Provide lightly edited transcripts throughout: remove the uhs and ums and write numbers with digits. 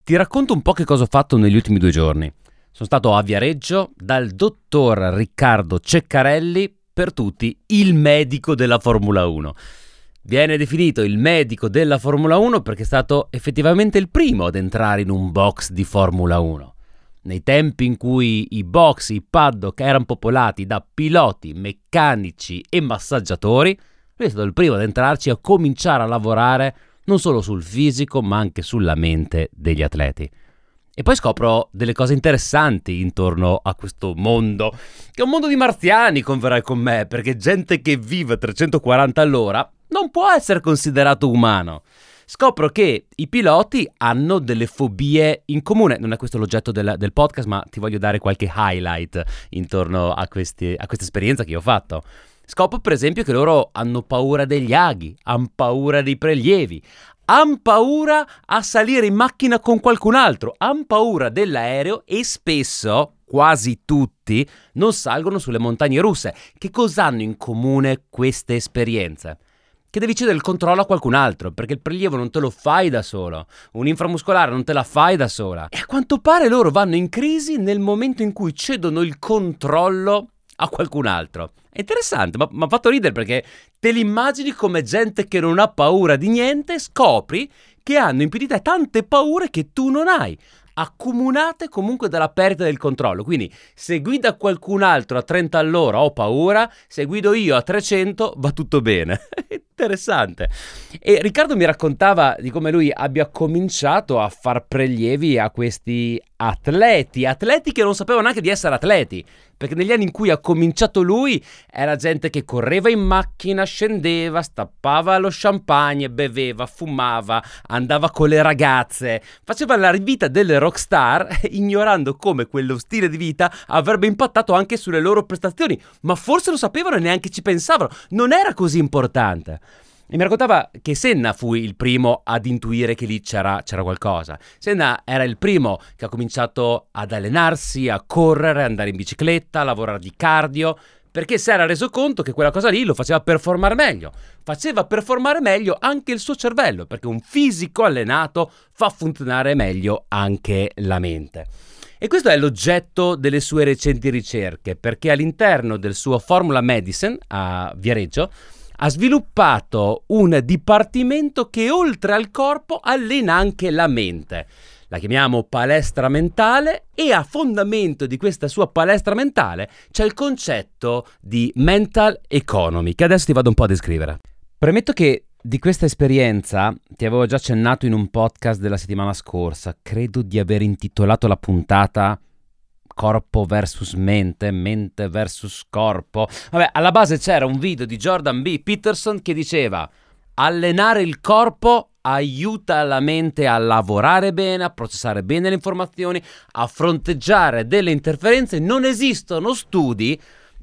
Ti racconto un po' che cosa ho fatto negli ultimi 2 giorni. Sono stato a Viareggio dal dottor Riccardo Ceccarelli, per tutti il medico della Formula 1. Viene definito il medico della Formula 1 perché è stato effettivamente il primo ad entrare in un box di Formula 1. Nei tempi in cui i box, i paddock erano popolati da piloti, meccanici e massaggiatori, lui è stato il primo ad entrarci e a cominciare a lavorare non solo sul fisico ma anche sulla mente degli atleti. E poi scopro delle cose interessanti intorno a questo mondo, che è un mondo di marziani, converrai con me, perché gente che vive a 340 all'ora non può essere considerato umano. Scopro che i piloti hanno delle fobie in comune. Non è questo l'oggetto del podcast, ma ti voglio dare qualche highlight intorno a questa esperienza che io ho fatto. Scopro per esempio che loro hanno paura degli aghi, hanno paura dei prelievi, hanno paura a salire in macchina con qualcun altro, hanno paura dell'aereo e spesso, quasi tutti, non salgono sulle montagne russe. Che cosa hanno in comune queste esperienze? Che devi cedere il controllo a qualcun altro, perché il prelievo non te lo fai da solo, un inframuscolare non te la fai da sola. E a quanto pare loro vanno in crisi nel momento in cui cedono il controllo a qualcun altro. È interessante, ma mi ha fatto ridere perché te li immagini come gente che non ha paura di niente, scopri che hanno in più di te tante paure che tu non hai, accomunate comunque dalla perdita del controllo. Quindi se guida qualcun altro a 30 all'ora ho paura, se guido io a 300 va tutto bene. Interessante. E Riccardo mi raccontava di come lui abbia cominciato a far prelievi a questi atleti che non sapevano neanche di essere atleti, perché negli anni in cui ha cominciato lui era gente che correva in macchina, scendeva, stappava lo champagne, beveva, fumava, andava con le ragazze, faceva la vita delle rockstar ignorando come quello stile di vita avrebbe impattato anche sulle loro prestazioni, ma forse lo sapevano e neanche ci pensavano, non era così importante. E mi raccontava che Senna fu il primo ad intuire che lì c'era qualcosa. Senna era il primo che ha cominciato ad allenarsi, a correre, andare in bicicletta, a lavorare di cardio, perché si era reso conto che quella cosa lì lo faceva performare meglio. Faceva performare meglio anche il suo cervello, perché un fisico allenato fa funzionare meglio anche la mente. E questo è l'oggetto delle sue recenti ricerche, perché all'interno del suo Formula Medicine a Viareggio ha sviluppato un dipartimento che oltre al corpo allena anche la mente. La chiamiamo palestra mentale e a fondamento di questa sua palestra mentale c'è il concetto di mental economy, che adesso ti vado un po' a descrivere. Premetto che di questa esperienza ti avevo già accennato in un podcast della settimana scorsa. Credo di aver intitolato la puntata corpo versus mente, mente versus corpo. Vabbè, alla base c'era un video di Jordan B. Peterson che diceva: allenare il corpo aiuta la mente a lavorare bene, a processare bene le informazioni, a fronteggiare delle interferenze. Non esistono studi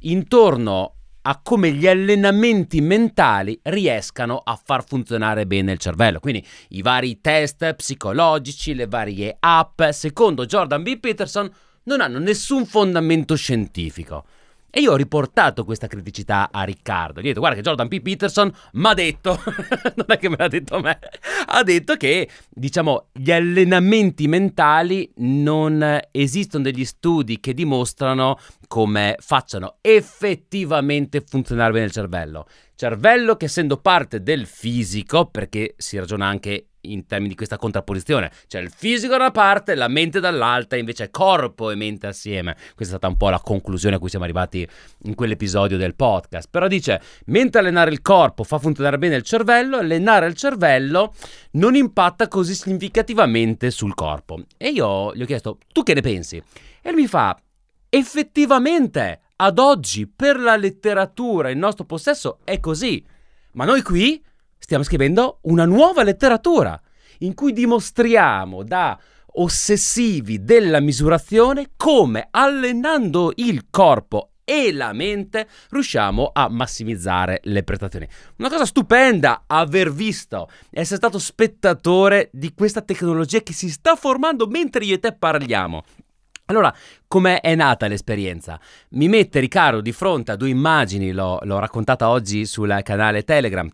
intorno a come gli allenamenti mentali riescano a far funzionare bene il cervello. Quindi i vari test psicologici, le varie app, secondo Jordan B. Peterson, non hanno nessun fondamento scientifico. E io ho riportato questa criticità a Riccardo. Gli ho detto: guarda che Jordan P. Peterson mi ha detto, non è che me l'ha detto a me, ha detto che, diciamo, gli allenamenti mentali non esistono degli studi che dimostrano come facciano effettivamente funzionare bene il cervello. Cervello che, essendo parte del fisico, perché si ragiona anche in termini di questa contrapposizione, cioè il fisico da una parte, la mente dall'altra, invece corpo e mente assieme. Questa è stata un po' la conclusione a cui siamo arrivati in quell'episodio del podcast. Però dice: mentre allenare il corpo fa funzionare bene il cervello, allenare il cervello non impatta così significativamente sul corpo. E io gli ho chiesto: tu che ne pensi? E lui mi fa: effettivamente ad oggi per la letteratura in nostro possesso è così, ma noi qui stiamo scrivendo una nuova letteratura in cui dimostriamo da ossessivi della misurazione come allenando il corpo e la mente riusciamo a massimizzare le prestazioni. Una cosa stupenda aver visto, essere stato spettatore di questa tecnologia che si sta formando mentre io e te parliamo. Allora, com'è è nata l'esperienza? Mi mette Riccardo di fronte a due immagini, l'ho raccontata oggi sul canale Telegram,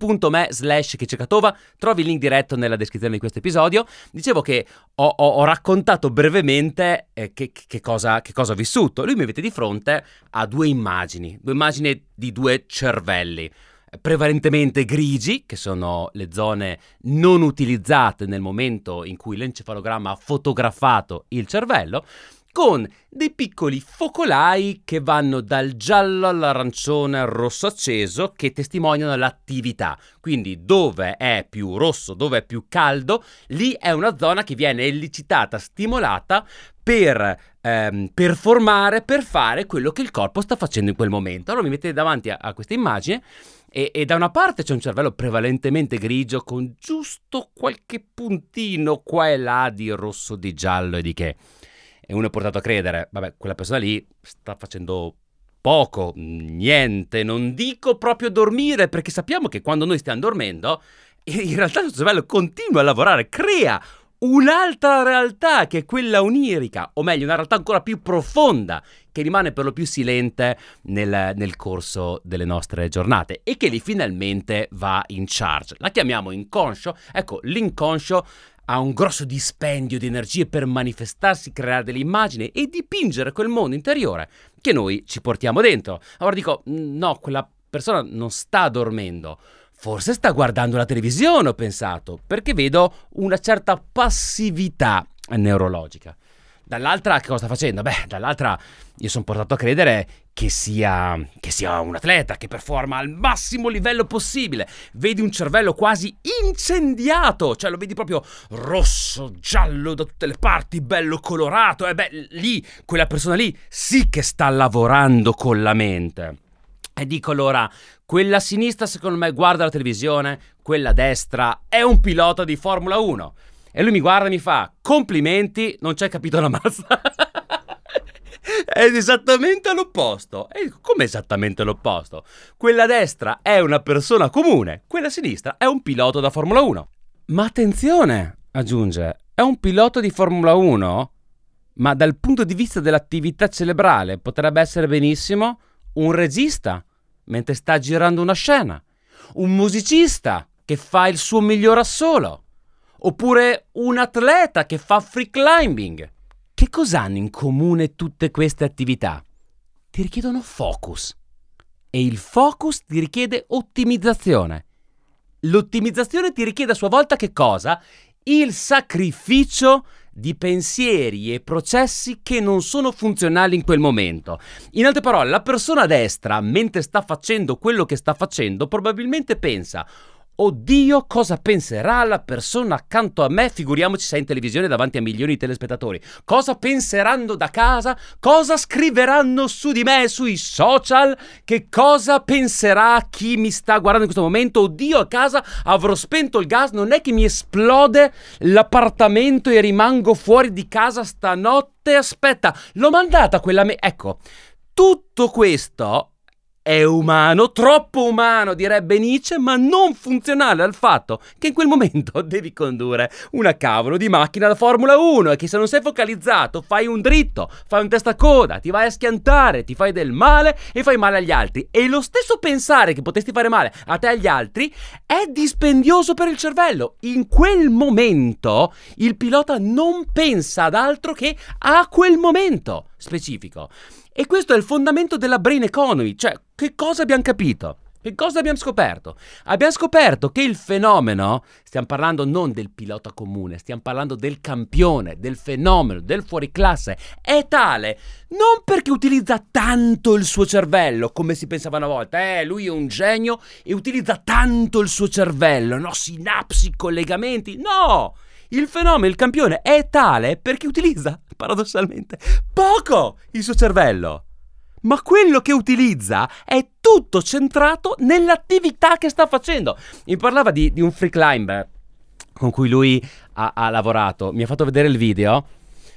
t.me/checatova, trovi il link diretto nella descrizione di questo episodio. Dicevo che ho raccontato brevemente che cosa ho vissuto. Lui mi mette di fronte a due immagini di due cervelli, prevalentemente grigi, che sono le zone non utilizzate nel momento in cui l'encefalogramma ha fotografato il cervello, con dei piccoli focolai che vanno dal giallo all'arancione al rosso acceso, che testimoniano l'attività. Quindi dove è più rosso, dove è più caldo, lì è una zona che viene elicitata, stimolata per performare, per fare quello che il corpo sta facendo in quel momento. Allora mi mettete davanti a questa immagine e da una parte c'è un cervello prevalentemente grigio con giusto qualche puntino qua e là di rosso, di giallo e di che. E uno è portato a credere, vabbè, quella persona lì sta facendo poco, niente, non dico proprio dormire, perché sappiamo che quando noi stiamo dormendo, in realtà il nostro cervello continua a lavorare, crea un'altra realtà che è quella onirica, o meglio, una realtà ancora più profonda, che rimane per lo più silente nel corso delle nostre giornate e che lì finalmente va in charge. La chiamiamo inconscio. Ecco, l'inconscio ha un grosso dispendio di energie per manifestarsi, creare delle immagini e dipingere quel mondo interiore che noi ci portiamo dentro. Allora dico, no, quella persona non sta dormendo. Forse sta guardando la televisione, ho pensato, perché vedo una certa passività neurologica. Dall'altra, che cosa sta facendo? Beh, dall'altra io sono portato a credere che sia un atleta che performa al massimo livello possibile. Vedi un cervello quasi incendiato, cioè lo vedi proprio rosso, giallo da tutte le parti, bello colorato. E beh, lì, quella persona lì sì che sta lavorando con la mente. E dico allora, quella a sinistra secondo me guarda la televisione, quella a destra è un pilota di Formula 1. E lui mi guarda e mi fa, complimenti, non ci hai capito una mazza. È esattamente l'opposto. E dico, come esattamente l'opposto? Quella a destra è una persona comune, quella a sinistra è un pilota da Formula 1. Ma attenzione, aggiunge, è un pilota di Formula 1, ma dal punto di vista dell'attività cerebrale potrebbe essere benissimo un regista mentre sta girando una scena, un musicista che fa il suo miglior assolo, oppure un atleta che fa free climbing. Che cosa hanno in comune tutte queste attività? Ti richiedono focus. E il focus ti richiede ottimizzazione. L'ottimizzazione ti richiede a sua volta che cosa? Il sacrificio di pensieri e processi che non sono funzionali in quel momento. In altre parole, la persona a destra, mentre sta facendo quello che sta facendo, probabilmente pensa: oddio, cosa penserà la persona accanto a me? Figuriamoci se è in televisione davanti a milioni di telespettatori. Cosa penseranno da casa? Cosa scriveranno su di me sui social? Che cosa penserà chi mi sta guardando in questo momento? Oddio, a casa avrò spento il gas, non è che mi esplode l'appartamento e rimango fuori di casa stanotte? Aspetta, l'ho mandata quella Ecco, tutto questo è umano, troppo umano direbbe Nietzsche, ma non funzionale al fatto che in quel momento devi condurre una cavolo di macchina da Formula 1 e che se non sei focalizzato fai un dritto, fai un testacoda, ti vai a schiantare, ti fai del male e fai male agli altri. E lo stesso pensare che potresti fare male a te e agli altri è dispendioso per il cervello. In quel momento il pilota non pensa ad altro che a quel momento specifico. E questo è il fondamento della brain economy. Cioè, che cosa abbiamo capito? Che cosa abbiamo scoperto? Abbiamo scoperto che il fenomeno, stiamo parlando non del pilota comune, stiamo parlando del campione, del fenomeno, del fuoriclasse, è tale non perché utilizza tanto il suo cervello, come si pensava una volta, lui è un genio e utilizza tanto il suo cervello, no? Sinapsi, collegamenti, no! Il fenomeno, il campione, è tale perché utilizza, paradossalmente, poco il suo cervello. Ma quello che utilizza è tutto centrato nell'attività che sta facendo. Mi parlava di un free climber con cui lui ha lavorato. Mi ha fatto vedere il video.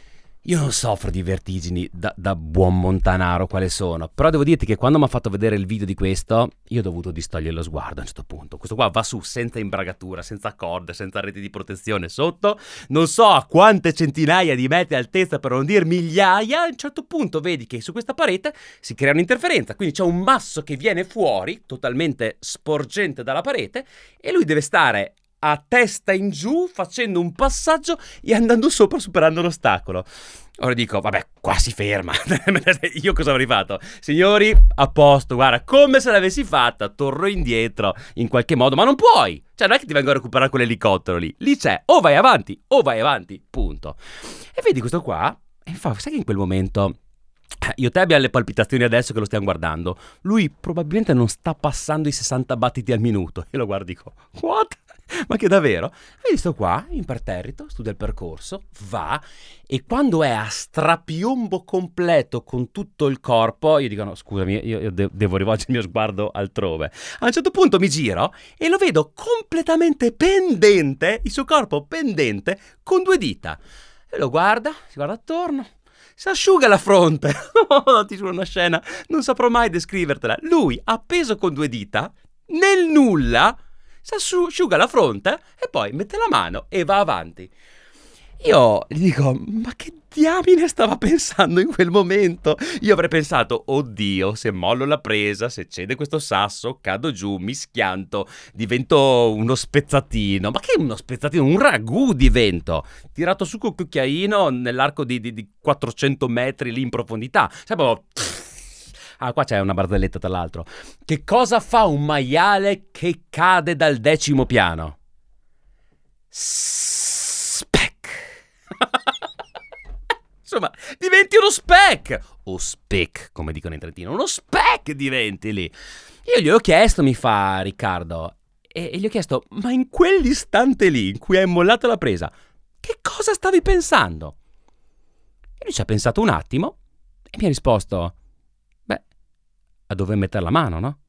Io non soffro di vertigini da buon montanaro quale sono, però devo dirti che quando mi ha fatto vedere il video di questo, io ho dovuto distogliere lo sguardo a un certo punto. Questo qua va su senza imbragatura, senza corde, senza reti di protezione sotto, non so a quante centinaia di metri di altezza, per non dire migliaia. A un certo punto vedi che su questa parete si crea un'interferenza, quindi c'è un masso che viene fuori, totalmente sporgente dalla parete, e lui deve stare a testa in giù facendo un passaggio e andando sopra, superando l'ostacolo. Ora dico, vabbè, qua si ferma. Io cosa avrei fatto? Signori, a posto, guarda, come se l'avessi fatta, torno indietro in qualche modo, ma non puoi. Cioè, non è che ti vengo a recuperare quell'elicottero lì. Lì c'è, o vai avanti, punto. E vedi questo qua, e fa, sai che in quel momento io e te abbiamo le palpitazioni adesso che lo stiamo guardando. Lui probabilmente non sta passando i 60 battiti al minuto. E lo guardo e dico, what? Ma che davvero? Vedi sto qua, imperterrito, studia il percorso, va, e quando è a strapiombo completo con tutto il corpo, io dico no, scusami, io devo rivolgere il mio sguardo altrove. A un certo punto mi giro e lo vedo completamente pendente, il suo corpo pendente, con 2 dita. E lo guarda, si guarda attorno, si asciuga la fronte. Oh, ti giuro, una scena, non saprò mai descrivertela. Lui, appeso con 2 dita, nel nulla, si asciuga la fronte e poi mette la mano e va avanti. Io gli dico, ma che diamine stava pensando in quel momento? Io avrei pensato, oddio, se mollo la presa, se cede questo sasso, cado giù, mi schianto, divento uno spezzatino. Ma che uno spezzatino? Un ragù divento, tirato su col cucchiaino nell'arco di 400 metri lì in profondità. Sai proprio... Ah, qua c'è una barzelletta tra l'altro. Che cosa fa un maiale che cade dal 10° piano? Speck. Insomma, diventi uno speck. O speck, come dicono in Trentino. Uno speck diventi lì. Io gli ho chiesto, mi fa Riccardo, e gli ho chiesto, ma in quell'istante lì in cui hai mollato la presa, che cosa stavi pensando? E lui ci ha pensato un attimo e mi ha risposto, a dove mettere la mano, no?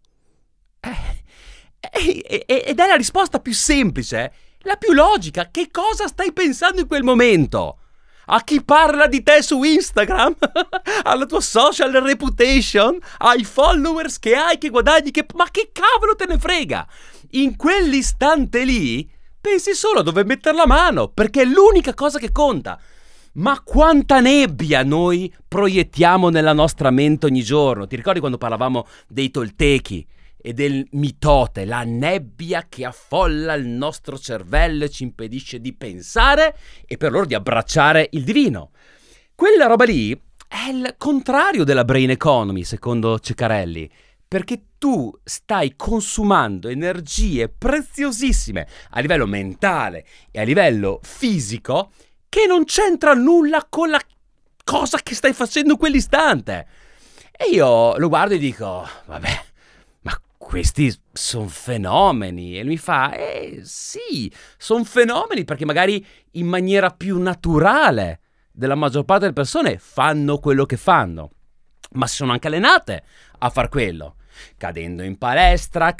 Ed è la risposta più semplice, la più logica. Che cosa stai pensando in quel momento? A chi parla di te su Instagram? Alla tua social reputation? Ai followers che hai, che guadagni, ma che cavolo te ne frega? In quell'istante lì pensi solo a dove mettere la mano, perché è l'unica cosa che conta. Ma quanta nebbia noi proiettiamo nella nostra mente ogni giorno. Ti ricordi quando parlavamo dei Toltechi e del mitote? La nebbia che affolla il nostro cervello e ci impedisce di pensare e per loro di abbracciare il divino. Quella roba lì è il contrario della brain economy, secondo Ceccarelli, perché tu stai consumando energie preziosissime a livello mentale e a livello fisico che non c'entra nulla con la cosa che stai facendo in quell'istante. E io lo guardo e dico, vabbè, ma questi sono fenomeni. E lui mi fa, sì, sono fenomeni perché magari in maniera più naturale della maggior parte delle persone fanno quello che fanno, ma si sono anche allenate a far quello. Cadendo in palestra,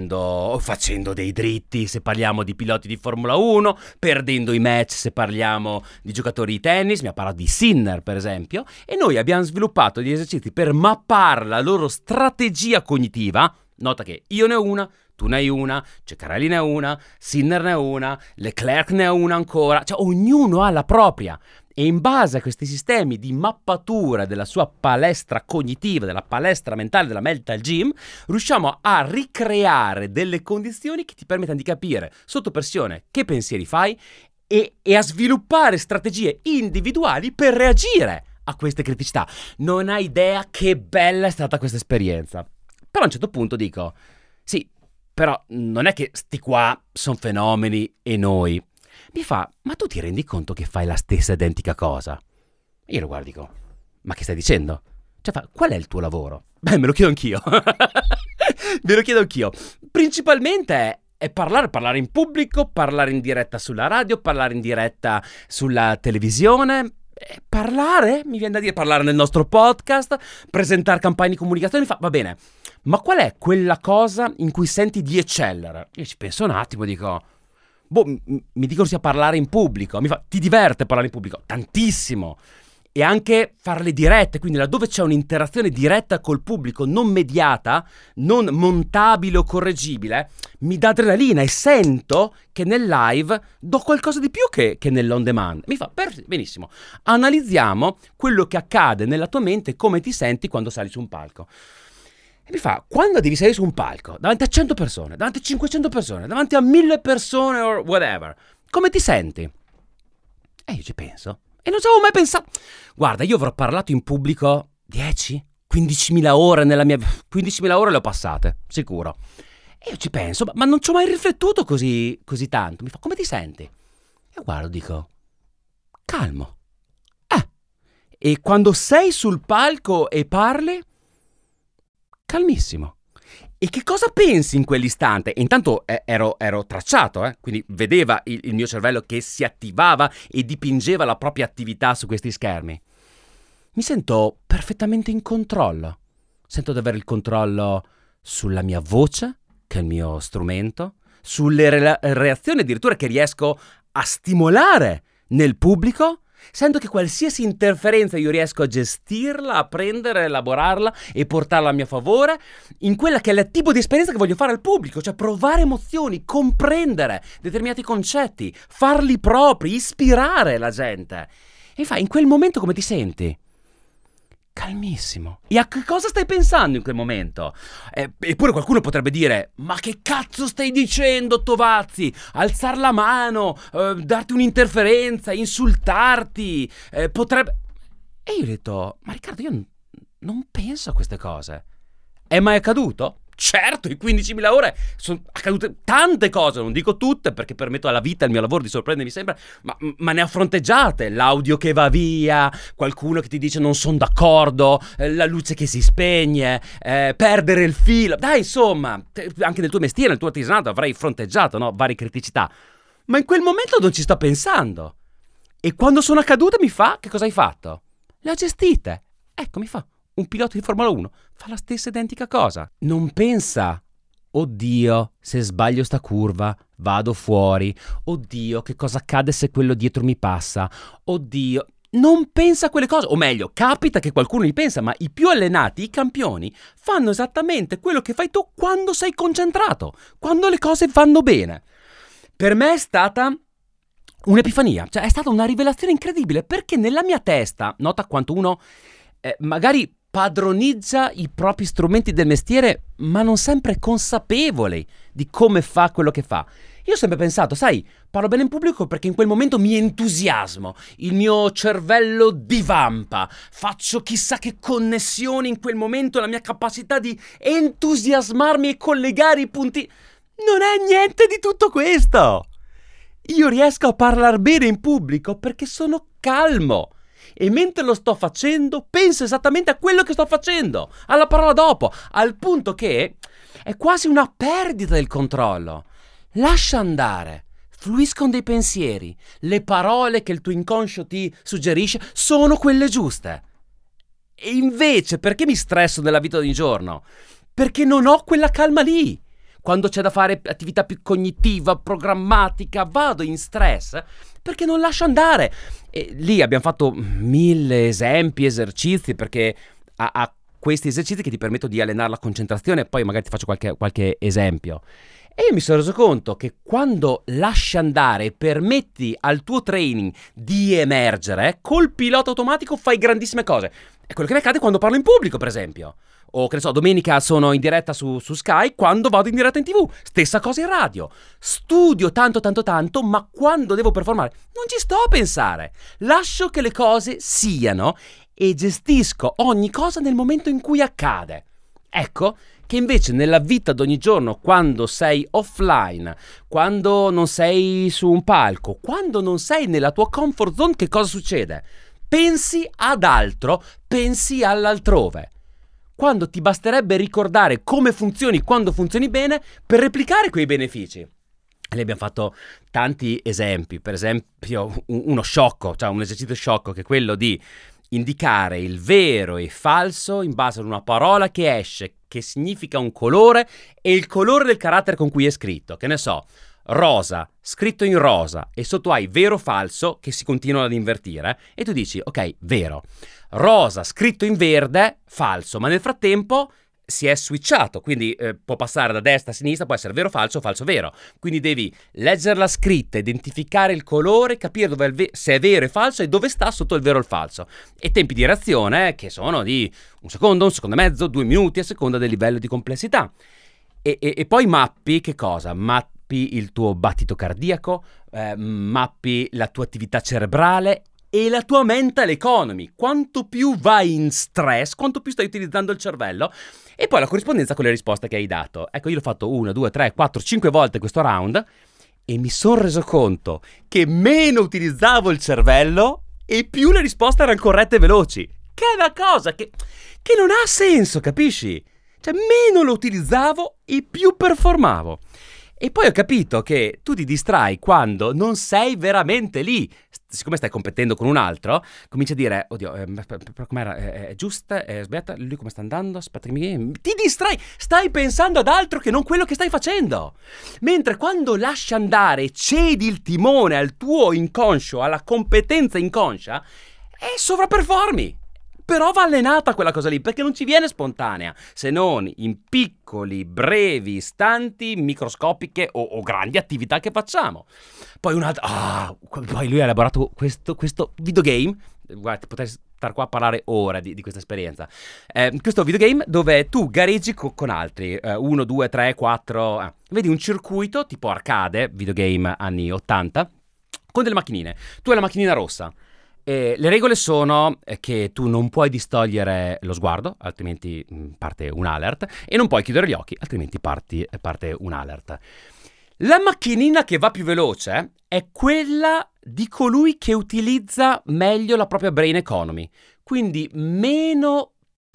facendo dei dritti se parliamo di piloti di Formula 1, perdendo i match se parliamo di giocatori di tennis, mi ha parlato di Sinner per esempio, e noi abbiamo sviluppato degli esercizi per mappare la loro strategia cognitiva. Nota che io ne ho una, tu ne hai una, Ceccarelli ne ha una, Sinner ne ha una, Leclerc ne ha una ancora, cioè ognuno ha la propria. E in base a questi sistemi di mappatura della sua palestra cognitiva, della palestra mentale, della mental gym, riusciamo a ricreare delle condizioni che ti permettano di capire sotto pressione che pensieri fai e a sviluppare strategie individuali per reagire a queste criticità. Non hai idea che bella è stata questa esperienza. Però a un certo punto dico, sì, però non è che sti qua sono fenomeni e noi... Mi fa, ma tu ti rendi conto che fai la stessa identica cosa? Io lo guardo e dico, ma che stai dicendo? Cioè, qual è il tuo lavoro? Beh, me lo chiedo anch'io. Me lo chiedo anch'io. Principalmente è parlare in pubblico, parlare in diretta sulla radio, parlare in diretta sulla televisione. Parlare, mi viene da dire, parlare nel nostro podcast, presentare campagne di comunicazione. Mi fa, va bene, ma qual è quella cosa in cui senti di eccellere? Io ci penso un attimo, dico... mi dicono sia parlare in pubblico. Mi fa, ti diverte parlare in pubblico? Tantissimo. e anche farle dirette, quindi laddove c'è un'interazione diretta col pubblico, non mediata, non montabile o correggibile, mi dà adrenalina e sento che nel live do qualcosa di più che nell'on demand. Mi fa, benissimo, analizziamo quello che accade nella tua mente e come ti senti quando sali su un palco. E mi fa, quando devi salire su un palco, davanti a 100 persone, davanti a 500 persone, davanti a 1000 persone or whatever, come ti senti? E io ci penso. E non ci avevo mai pensato. Guarda, io avrò parlato in pubblico 10, 15.000 ore nella mia... 15.000 ore le ho passate, sicuro. E io ci penso, ma non ci ho mai riflettuto così tanto. Mi fa, come ti senti? E guardo, dico, calmo. E quando sei sul palco e parli, calmissimo. E che cosa pensi in quell'istante? E intanto ero tracciato, quindi vedeva il mio cervello che si attivava e dipingeva la propria attività su questi schermi. Mi sento perfettamente in controllo. Sento di avere il controllo sulla mia voce, che è il mio strumento, sulle reazioni addirittura che riesco a stimolare nel pubblico. Sento che qualsiasi interferenza io riesco a gestirla, a prendere, elaborarla e portarla a mio favore in quella che è il tipo di esperienza che voglio fare al pubblico, cioè provare emozioni, comprendere determinati concetti, farli propri, ispirare la gente. E infatti in quel momento come ti senti? Calmissimo. E a che cosa stai pensando in quel momento? Eppure qualcuno potrebbe dire, ma che cazzo stai dicendo, Tovazzi? Alzar la mano, darti un'interferenza, insultarti, potrebbe... E io ho detto, ma Riccardo, io non penso a queste cose. È mai accaduto? Certo, in 15.000 ore sono accadute tante cose, non dico tutte perché permetto alla vita, al mio lavoro di sorprendermi sempre, ma ne ho fronteggiate, l'audio che va via, qualcuno che ti dice non sono d'accordo, la luce che si spegne, perdere il filo, dai insomma, anche nel tuo mestiere, nel tuo artigianato avrai fronteggiato, no? Varie criticità, ma in quel momento non ci sto pensando e quando sono accadute mi fa, che cosa hai fatto? Le ho gestite, ecco mi fa. Un pilota di Formula 1 fa la stessa identica cosa. Non pensa, oddio, se sbaglio sta curva, vado fuori. Oddio, che cosa accade se quello dietro mi passa. Oddio, non pensa a quelle cose. O meglio, capita che qualcuno li pensa, ma i più allenati, i campioni, fanno esattamente quello che fai tu quando sei concentrato, quando le cose vanno bene. Per me è stata un'epifania, cioè è stata una rivelazione incredibile, perché nella mia testa, nota quanto uno magari padronizza i propri strumenti del mestiere, ma non sempre è consapevole di come fa quello che fa. Io ho sempre pensato, sai, parlo bene in pubblico perché in quel momento mi entusiasmo, il mio cervello divampa, faccio chissà che connessioni in quel momento, la mia capacità di entusiasmarmi e collegare i punti. Non è niente di tutto questo! Io riesco a parlare bene in pubblico perché sono calmo. E mentre lo sto facendo, penso esattamente a quello che sto facendo, alla parola dopo, al punto che è quasi una perdita del controllo. Lascia andare, fluiscono dei pensieri, le parole che il tuo inconscio ti suggerisce sono quelle giuste. E invece, perché mi stresso nella vita di ogni giorno? Perché non ho quella calma lì. Quando c'è da fare attività più cognitiva, programmatica, vado in stress perché non lascio andare. E lì abbiamo fatto 1000 esempi, esercizi, perché ha questi esercizi che ti permettono di allenare la concentrazione, poi magari ti faccio qualche esempio. E io mi sono reso conto che quando lasci andare e permetti al tuo training di emergere, col pilota automatico fai grandissime cose. È quello che mi accade quando parlo in pubblico, per esempio. O che ne so, domenica sono in diretta su Sky, quando vado in diretta in TV. Stessa cosa in radio. Studio tanto, ma quando devo performare non ci sto a pensare. Lascio che le cose siano e gestisco ogni cosa nel momento in cui accade. Ecco che invece nella vita d'ogni giorno, quando sei offline, quando non sei su un palco, quando non sei nella tua comfort zone, che cosa succede? Pensi ad altro, pensi all'altrove. Quando ti basterebbe ricordare come funzioni quando funzioni bene per replicare quei benefici. E lì abbiamo fatto tanti esempi, per esempio uno sciocco, cioè un esercizio sciocco che è quello di indicare il vero e il falso in base ad una parola che esce, che significa un colore e il colore del carattere con cui è scritto. Che ne so, rosa, scritto in rosa, e sotto hai vero o falso, che si continuano ad invertire, e tu dici, ok, vero. Rosa, scritto in verde, falso, ma nel frattempo si è switchato, quindi può passare da destra a sinistra, può essere vero falso o falso vero. Quindi devi leggere la scritta, identificare il colore, capire dove se è vero e falso e dove sta sotto il vero o il falso. E tempi di reazione che sono di un secondo e mezzo, 2 minuti, a seconda del livello di complessità. E poi mappi che cosa? Mappi il tuo battito cardiaco, mappi la tua attività cerebrale e la tua mental economy. Quanto più vai in stress, quanto più stai utilizzando il cervello, e poi la corrispondenza con le risposte che hai dato. Ecco, io l'ho fatto 1, 2, 3, 4, 5 volte questo round e mi sono reso conto che meno utilizzavo il cervello e più le risposte erano corrette e veloci. Che è una cosa che non ha senso, capisci? Cioè, meno lo utilizzavo e più performavo. E poi ho capito che tu ti distrai quando non sei veramente lì. Siccome stai competendo con un altro, cominci a dire, oddio, com'era? È giusta? È sbagliata? Lui come sta andando? Aspetta che ti distrai! Stai pensando ad altro che non quello che stai facendo! Mentre quando lasci andare, cedi il timone al tuo inconscio, alla competenza inconscia, e sovraperformi! Però va allenata quella cosa lì, perché non ci viene spontanea, se non in piccoli, brevi istanti, microscopiche o grandi attività che facciamo. Poi poi lui ha elaborato questo videogame. Guarda, potrei stare qua a parlare ore di questa esperienza. Questo videogame dove tu gareggi con altri, 1, 2, 3, 4. Vedi un circuito tipo arcade, videogame anni 80, con delle macchinine. Tu hai la macchinina rossa. Le regole sono che tu non puoi distogliere lo sguardo, altrimenti parte un alert, e non puoi chiudere gli occhi, altrimenti parte un alert. La macchinina che va più veloce è quella di colui che utilizza meglio la propria brain economy. Quindi meno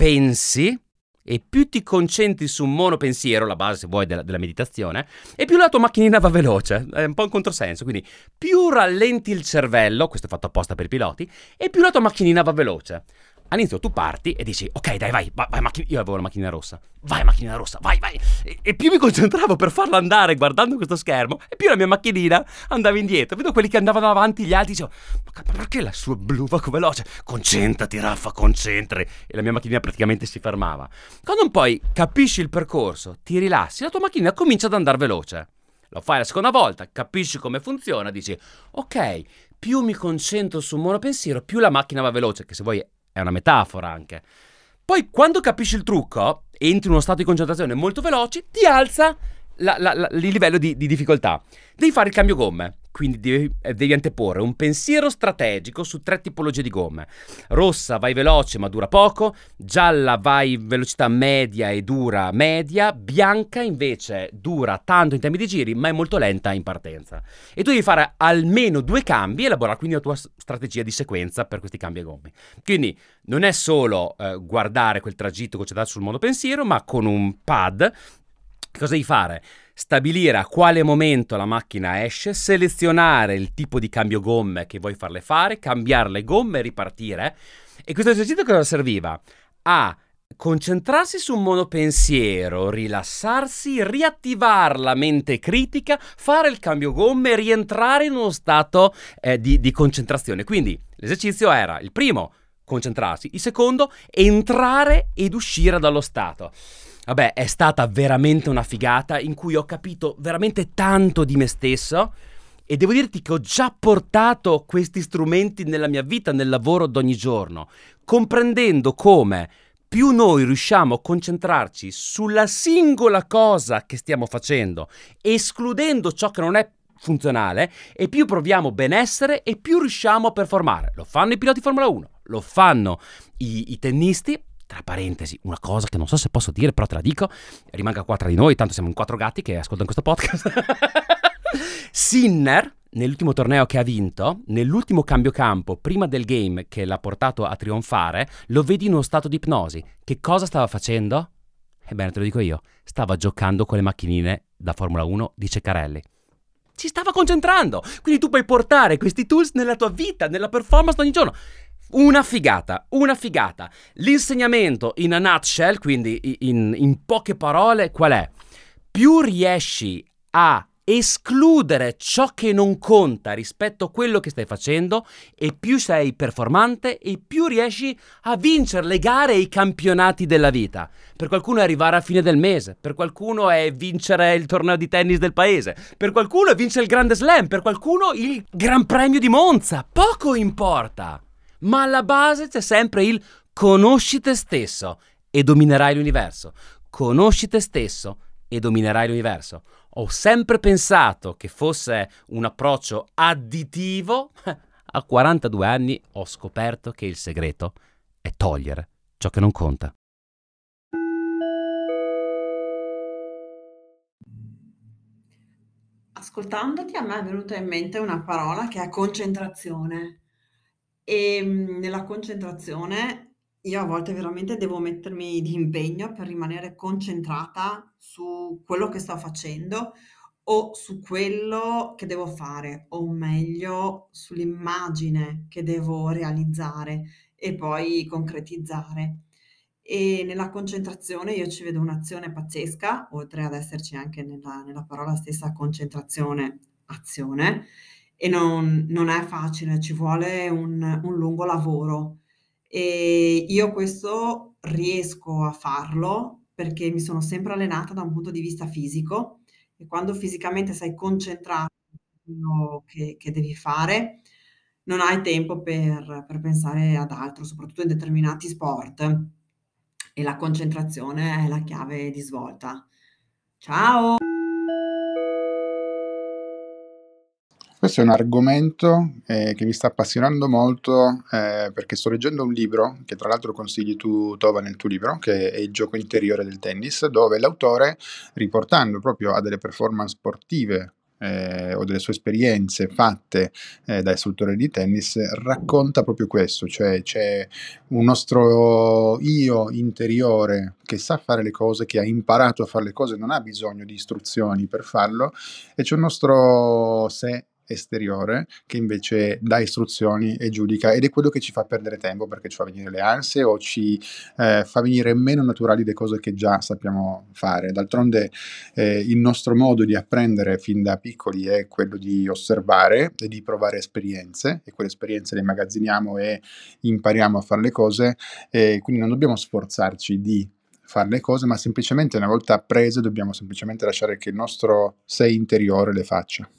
pensi e più ti concentri su un monopensiero, la base se vuoi della meditazione, e più la tua macchinina va veloce. È un po' un controsenso, quindi più rallenti il cervello, questo è fatto apposta per i piloti, e più la tua macchinina va veloce. All'inizio tu parti e dici, ok dai vai io avevo la macchinina rossa, vai macchinina rossa, vai. E più mi concentravo per farla andare guardando questo schermo, e più la mia macchinina andava indietro. Vedo quelli che andavano avanti, gli altri, dicevo, ma perché la sua blu va così veloce? Concentrati Raffa, concentri. E la mia macchinina praticamente si fermava. Quando poi capisci il percorso, ti rilassi, la tua macchina comincia ad andare veloce. Lo fai la seconda volta, capisci come funziona, dici, ok, più mi concentro su un monopensiero, più la macchina va veloce, che se vuoi è una metafora anche. Poi quando capisci il trucco, entri in uno stato di concentrazione molto veloce, ti alza il livello di difficoltà. Devi fare il cambio gomme, quindi devi anteporre un pensiero strategico su 3 tipologie di gomme. Rossa vai veloce ma dura poco, gialla vai velocità media e dura media, bianca invece dura tanto in termini di giri ma è molto lenta in partenza. E tu devi fare almeno 2 cambi e elaborare quindi la tua strategia di sequenza per questi cambi a gomme. Quindi non è solo guardare quel tragitto concentrato sul monopensiero, ma con un pad cosa devi fare? Stabilire a quale momento la macchina esce, selezionare il tipo di cambio gomme che vuoi farle fare, cambiare le gomme e ripartire. E questo esercizio cosa serviva? A concentrarsi su un monopensiero, rilassarsi, riattivare la mente critica, fare il cambio gomme e rientrare in uno stato di concentrazione. Quindi l'esercizio era il primo, concentrarsi, il secondo, entrare ed uscire dallo stato. Vabbè, è stata veramente una figata in cui ho capito veramente tanto di me stesso e devo dirti che ho già portato questi strumenti nella mia vita, nel lavoro d'ogni giorno, comprendendo come più noi riusciamo a concentrarci sulla singola cosa che stiamo facendo, escludendo ciò che non è funzionale, e più proviamo benessere e più riusciamo a performare. Lo fanno i piloti Formula 1, lo fanno i tennisti. Tra parentesi, una cosa che non so se posso dire, però te la dico, rimanga qua tra di noi, tanto siamo in 4 gatti che ascoltano questo podcast. Sinner, nell'ultimo torneo che ha vinto, nell'ultimo cambio campo, prima del game che l'ha portato a trionfare, lo vedi in uno stato di ipnosi. Che cosa stava facendo? Ebbene, te lo dico io, stava giocando con le macchinine da Formula 1 di Ceccarelli. Si stava concentrando, quindi tu puoi portare questi tools nella tua vita, nella performance ogni giorno. Una figata. L'insegnamento in a nutshell, quindi in poche parole, qual è? Più riesci a escludere ciò che non conta rispetto a quello che stai facendo, e più sei performante e più riesci a vincere le gare e i campionati della vita. Per qualcuno è arrivare a fine del mese, per qualcuno è vincere il torneo di tennis del paese, per qualcuno è vincere il Grande Slam, per qualcuno il Gran Premio di Monza. Poco importa, ma alla base c'è sempre il conosci te stesso e dominerai l'universo. Conosci te stesso e dominerai l'universo. Ho sempre pensato che fosse un approccio additivo. A 42 anni ho scoperto che il segreto è togliere ciò che non conta. Ascoltandoti a me è venuta in mente una parola che è concentrazione. Nella concentrazione io a volte veramente devo mettermi di impegno per rimanere concentrata su quello che sto facendo o su quello che devo fare, o meglio sull'immagine che devo realizzare e poi concretizzare. E nella concentrazione io ci vedo un'azione pazzesca, oltre ad esserci anche nella parola stessa concentrazione, azione, e non è facile, ci vuole un lungo lavoro. E io questo riesco a farlo perché mi sono sempre allenata da un punto di vista fisico e quando fisicamente sei concentrato su quello che devi fare, non hai tempo per pensare ad altro, soprattutto in determinati sport. E la concentrazione è la chiave di svolta. Ciao! Questo è un argomento che mi sta appassionando molto perché sto leggendo un libro che tra l'altro consigli tu, Tova, nel tuo libro, che è Il gioco interiore del tennis, dove l'autore, riportando proprio a delle performance sportive o delle sue esperienze fatte da istruttore di tennis, racconta proprio questo, cioè c'è un nostro io interiore che sa fare le cose, che ha imparato a fare le cose, non ha bisogno di istruzioni per farlo, e c'è un nostro sé esteriore che invece dà istruzioni e giudica, ed è quello che ci fa perdere tempo perché ci fa venire le ansie o ci fa venire meno naturali le cose che già sappiamo fare. D'altronde il nostro modo di apprendere fin da piccoli è quello di osservare e di provare esperienze, e quelle esperienze le immagazziniamo e impariamo a fare le cose, e quindi non dobbiamo sforzarci di fare le cose, ma semplicemente una volta apprese dobbiamo semplicemente lasciare che il nostro sé interiore le faccia.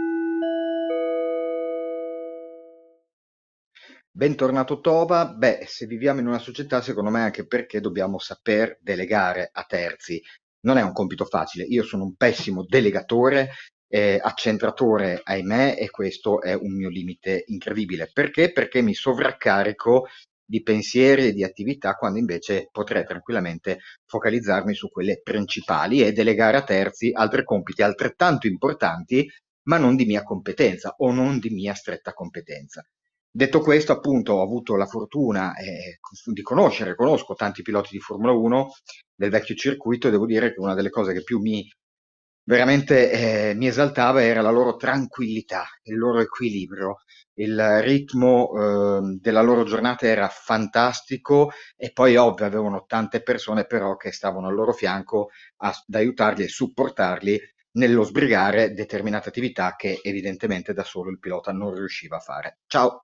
Bentornato Tova. Beh, se viviamo in una società, secondo me anche perché dobbiamo saper delegare a terzi. Non è un compito facile. Io sono un pessimo delegatore, accentratore, ahimè, e questo è un mio limite incredibile. Perché? Perché mi sovraccarico di pensieri e di attività quando invece potrei tranquillamente focalizzarmi su quelle principali e delegare a terzi altri compiti altrettanto importanti, ma non di mia competenza o non di mia stretta competenza. Detto questo, appunto, ho avuto la fortuna di conosco tanti piloti di Formula 1 del vecchio circuito, e devo dire che una delle cose che più veramente mi esaltava era la loro tranquillità, il loro equilibrio, il ritmo della loro giornata era fantastico, e poi ovvio avevano tante persone però che stavano al loro fianco ad aiutarli e supportarli nello sbrigare determinate attività che evidentemente da solo il pilota non riusciva a fare. Ciao!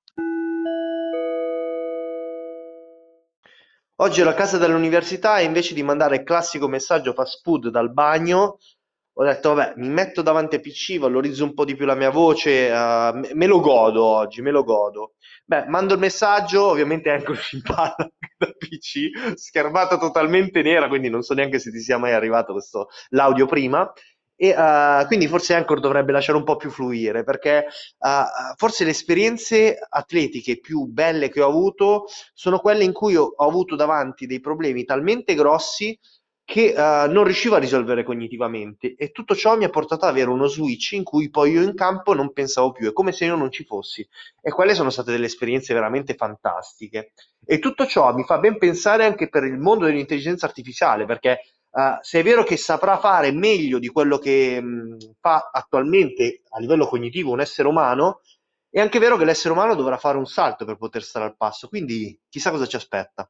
Oggi ero a casa dall'università e invece di mandare il classico messaggio fast food dal bagno, ho detto, vabbè, mi metto davanti a PC, valorizzo un po' di più la mia voce, me lo godo oggi, me lo godo. Beh, mando il messaggio, ovviamente eccoci in palla da PC, schermata totalmente nera, quindi non so neanche se ti sia mai arrivato l'audio prima. E quindi forse Anchor dovrebbe lasciare un po' più fluire, perché forse le esperienze atletiche più belle che ho avuto sono quelle in cui ho avuto davanti dei problemi talmente grossi che non riuscivo a risolvere cognitivamente, e tutto ciò mi ha portato ad avere uno switch in cui poi io in campo non pensavo più, è come se io non ci fossi, e quelle sono state delle esperienze veramente fantastiche. E tutto ciò mi fa ben pensare anche per il mondo dell'intelligenza artificiale, perché se è vero che saprà fare meglio di quello che fa attualmente a livello cognitivo un essere umano, è anche vero che l'essere umano dovrà fare un salto per poter stare al passo, quindi chissà cosa ci aspetta.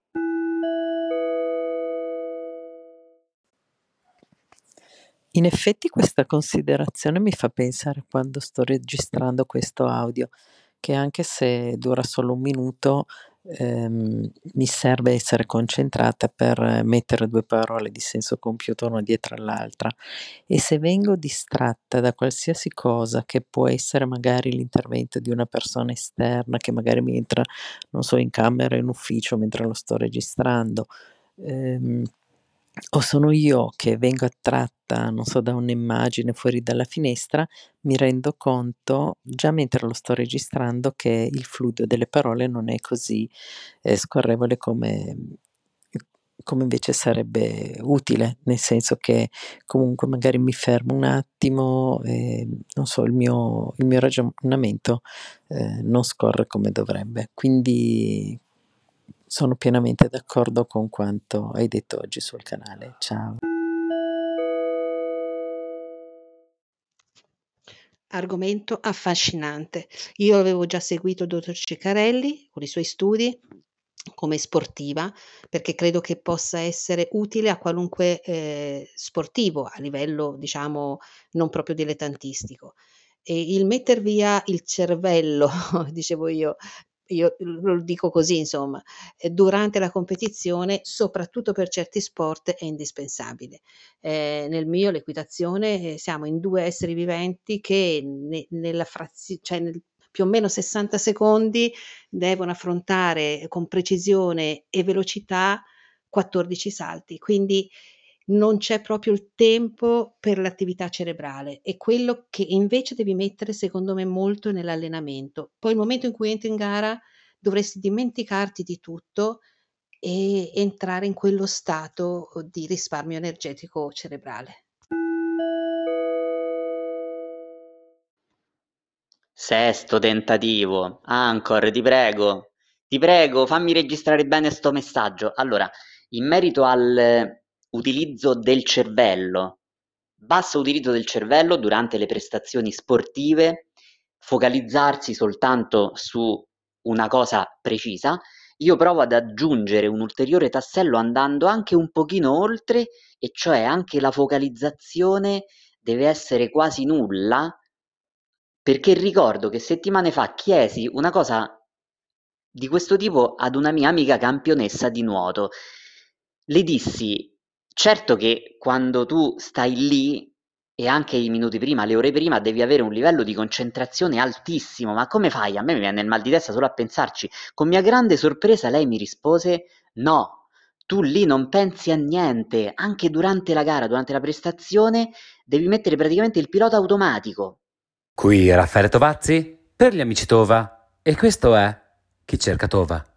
In effetti questa considerazione mi fa pensare quando sto registrando questo audio, che anche se dura solo 1 minuto, mi serve essere concentrata per mettere 2 parole di senso compiuto una dietro all'altra. E se vengo distratta da qualsiasi cosa, che può essere magari l'intervento di una persona esterna che magari mi entra, non so, in camera o in ufficio mentre lo sto registrando, ehm, o sono io che vengo attratta, non so, da un'immagine fuori dalla finestra, mi rendo conto, già mentre lo sto registrando, che il flusso delle parole non è così, scorrevole come invece sarebbe utile, nel senso che comunque magari mi fermo un attimo e, non so, il mio ragionamento, non scorre come dovrebbe. Quindi sono pienamente d'accordo con quanto hai detto oggi sul canale. Ciao. Argomento affascinante. Io avevo già seguito il dottor Ceccarelli con i suoi studi come sportiva, perché credo che possa essere utile a qualunque sportivo a livello, diciamo, non proprio dilettantistico. E il metter via il cervello, dicevo io lo dico così, insomma, durante la competizione, soprattutto per certi sport, è indispensabile. Nel mio, l'equitazione, siamo in 2 esseri viventi che nella cioè nel più o meno 60 secondi devono affrontare con precisione e velocità 14 salti, quindi non c'è proprio il tempo per l'attività cerebrale. È quello che invece devi mettere, secondo me, molto nell'allenamento. Poi il momento in cui entri in gara dovresti dimenticarti di tutto e entrare in quello stato di risparmio energetico cerebrale. Sesto tentativo. Anchor, ti prego, fammi registrare bene sto messaggio. Allora, in merito al utilizzo del cervello, basso utilizzo del cervello durante le prestazioni sportive, focalizzarsi soltanto su una cosa precisa. Io provo ad aggiungere un ulteriore tassello andando anche un pochino oltre, e cioè anche la focalizzazione deve essere quasi nulla, perché ricordo che settimane fa chiesi una cosa di questo tipo ad una mia amica campionessa di nuoto. Le dissi: certo che quando tu stai lì, e anche i minuti prima, le ore prima, devi avere un livello di concentrazione altissimo, ma come fai? A me mi viene il mal di testa solo a pensarci. Con mia grande sorpresa lei mi rispose: no, tu lì non pensi a niente, anche durante la gara, durante la prestazione, devi mettere praticamente il pilota automatico. Qui Raffaele Tovazzi per gli amici Tova, e questo è Chi cerca Tova.